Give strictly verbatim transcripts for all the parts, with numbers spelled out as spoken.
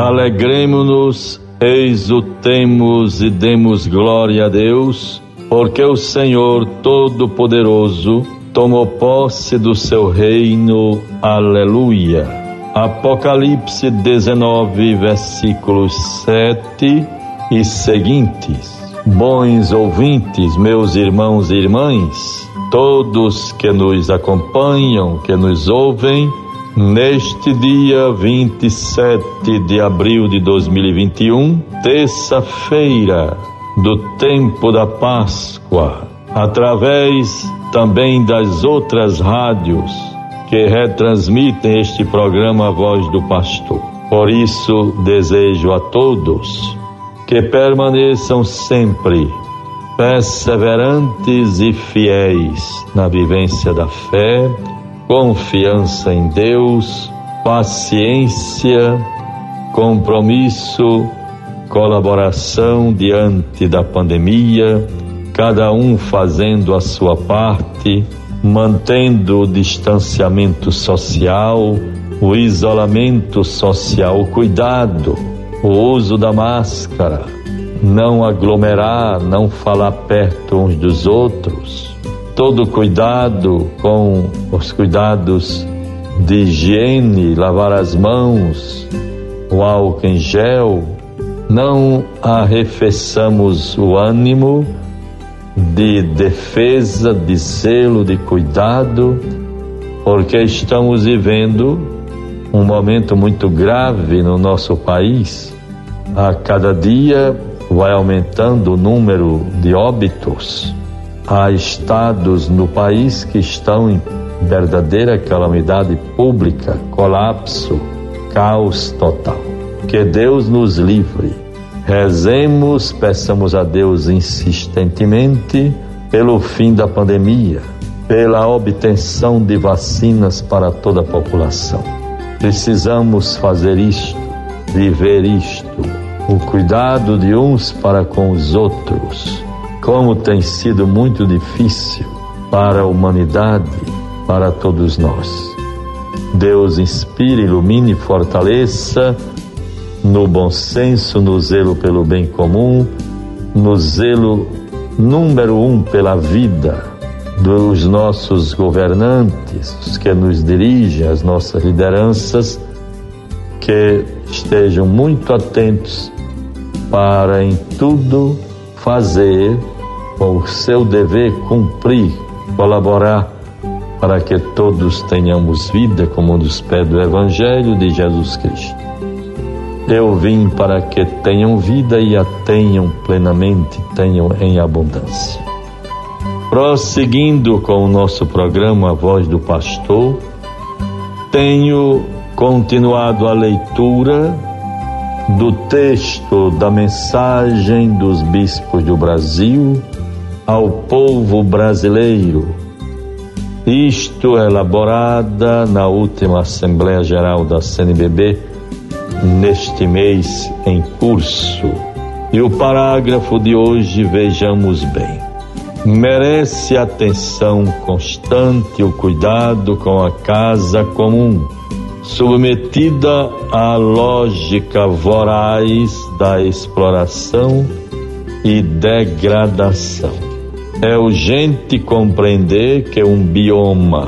Alegremo-nos, exultemos e demos glória a Deus, porque o Senhor Todo-Poderoso tomou posse do seu reino. Aleluia. Apocalipse dezenove, versículos sete e seguintes. Bons ouvintes, meus irmãos e irmãs, todos que nos acompanham, que nos ouvem, neste dia vinte e sete de abril de dois mil e vinte e um, terça-feira do tempo da Páscoa, através também das outras rádios que retransmitem este programa A Voz do Pastor. Por isso, desejo a todos que permaneçam sempre perseverantes e fiéis na vivência da fé, confiança em Deus, paciência, compromisso, colaboração diante da pandemia, cada um fazendo a sua parte, mantendo o distanciamento social, o isolamento social, o cuidado, o uso da máscara, não aglomerar, não falar perto uns dos outros, todo cuidado com os cuidados de higiene, lavar as mãos, o álcool em gel. Não arrefeçamos o ânimo de defesa, de zelo, de cuidado, porque estamos vivendo um momento muito grave no nosso país. A cada dia vai aumentando o número de óbitos. Há estados no país que estão em verdadeira calamidade pública, colapso, caos total. Que Deus nos livre. Rezemos, peçamos a Deus insistentemente pelo fim da pandemia, pela obtenção de vacinas para toda a população. Precisamos fazer isto, viver isto, o cuidado de uns para com os outros. Como tem sido muito difícil para a humanidade, para todos nós. Deus inspire, ilumine e fortaleça no bom senso, no zelo pelo bem comum, no zelo número um pela vida dos nossos governantes, os que nos dirigem, as nossas lideranças, que estejam muito atentos para em tudo fazer o seu dever, cumprir, colaborar para que todos tenhamos vida, como nos pede o Evangelho de Jesus Cristo. Eu vim para que tenham vida e a tenham plenamente, tenham em abundância. Prosseguindo com o nosso programa A Voz do Pastor, tenho continuado a leitura do texto da mensagem dos bispos do Brasil ao povo brasileiro. Isto é elaborada na última Assembleia Geral da C N B B, neste mês em curso. E o parágrafo de hoje, vejamos bem. Merece atenção constante o cuidado com a casa comum, submetida à lógica voraz da exploração e degradação. É urgente compreender que um bioma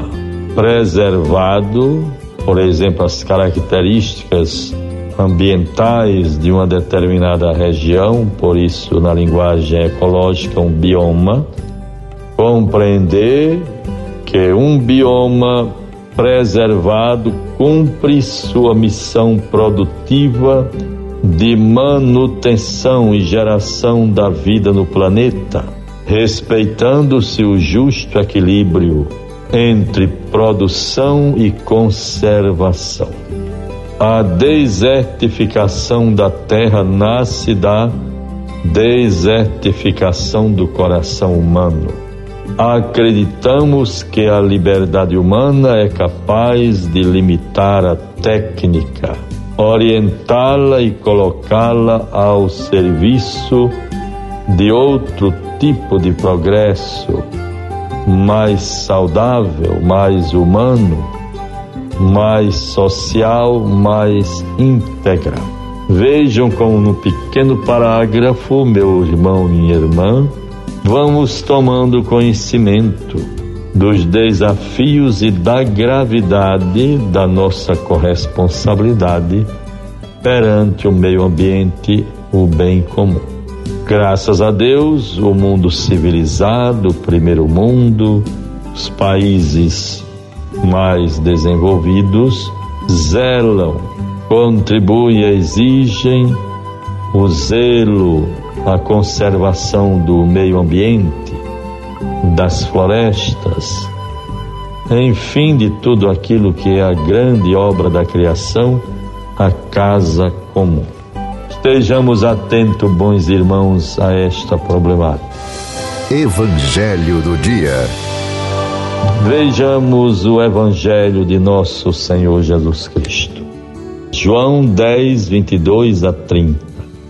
preservado, por exemplo, as características ambientais de uma determinada região, por isso na linguagem ecológica um bioma, compreender que um bioma preservado cumpre sua missão produtiva de manutenção e geração da vida no planeta, respeitando-se o justo equilíbrio entre produção e conservação. A desertificação da terra nasce da desertificação do coração humano. Acreditamos que a liberdade humana é capaz de limitar a técnica, orientá-la e colocá-la ao serviço de outro tipo de progresso, mais saudável, mais humano, mais social, mais integral. Vejam como no pequeno parágrafo, meu irmão, minha irmã, vamos tomando conhecimento dos desafios e da gravidade da nossa corresponsabilidade perante o meio ambiente, o bem comum. Graças a Deus, o mundo civilizado, o primeiro mundo, os países mais desenvolvidos zelam, contribuem e exigem o zelo, a conservação do meio ambiente, das florestas, enfim, de tudo aquilo que é a grande obra da criação, a casa comum. Estejamos atentos, bons irmãos, a esta problemática. Evangelho do dia. Vejamos o Evangelho de nosso Senhor Jesus Cristo. João dez, vinte e dois a trinta.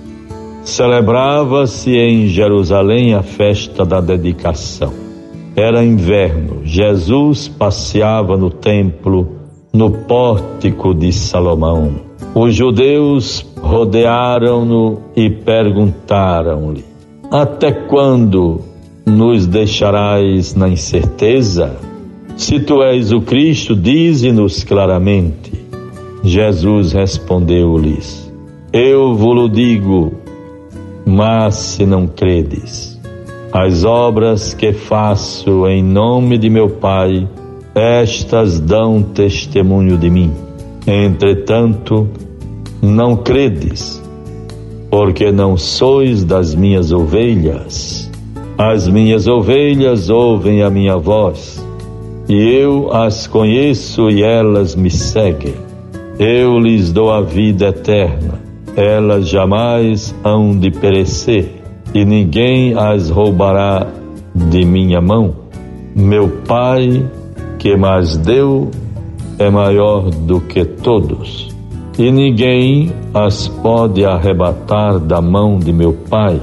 Celebrava-se em Jerusalém a festa da dedicação. Era inverno. Jesus passeava no templo, no pórtico de Salomão. Os judeus rodearam-no e perguntaram-lhe: até quando nos deixarás na incerteza? Se tu és o Cristo, dize-nos claramente. Jesus respondeu-lhes: eu vos digo, mas se não credes, as obras que faço em nome de meu Pai, estas dão testemunho de mim. Entretanto, não credes, porque não sois das minhas ovelhas. As minhas ovelhas ouvem a minha voz, e eu as conheço e elas me seguem. Eu lhes dou a vida eterna, elas jamais hão de perecer, e ninguém as roubará de minha mão. Meu Pai, que mais deu, é maior do que todos, e ninguém as pode arrebatar da mão de meu Pai.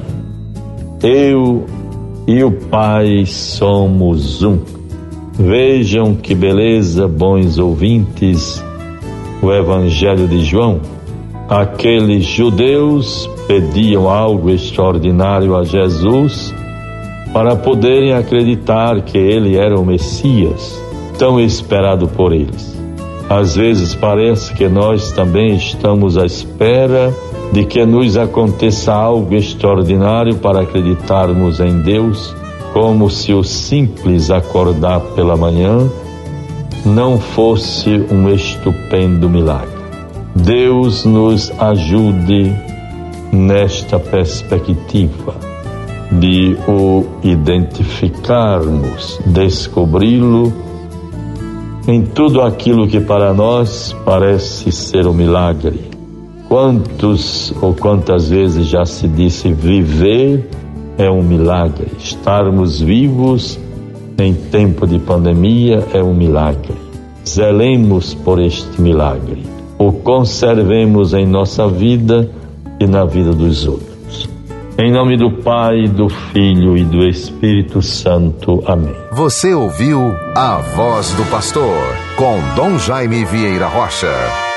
Eu e o Pai somos um. Vejam que beleza, bons ouvintes, o Evangelho de João. Aqueles judeus pediam algo extraordinário a Jesus para poderem acreditar que ele era o Messias, tão esperado por eles. Às vezes parece que nós também estamos à espera de que nos aconteça algo extraordinário para acreditarmos em Deus, como se o simples acordar pela manhã não fosse um estupendo milagre. Deus nos ajude nesta perspectiva de o identificarmos, descobri-lo em tudo aquilo que para nós parece ser um milagre. Quantos ou quantas vezes já se disse: viver é um milagre, estarmos vivos em tempo de pandemia é um milagre. Zelemos por este milagre, o conservemos em nossa vida e na vida dos outros. Em nome do Pai, do Filho e do Espírito Santo. Amém. Você ouviu A Voz do Pastor, com Dom Jaime Vieira Rocha.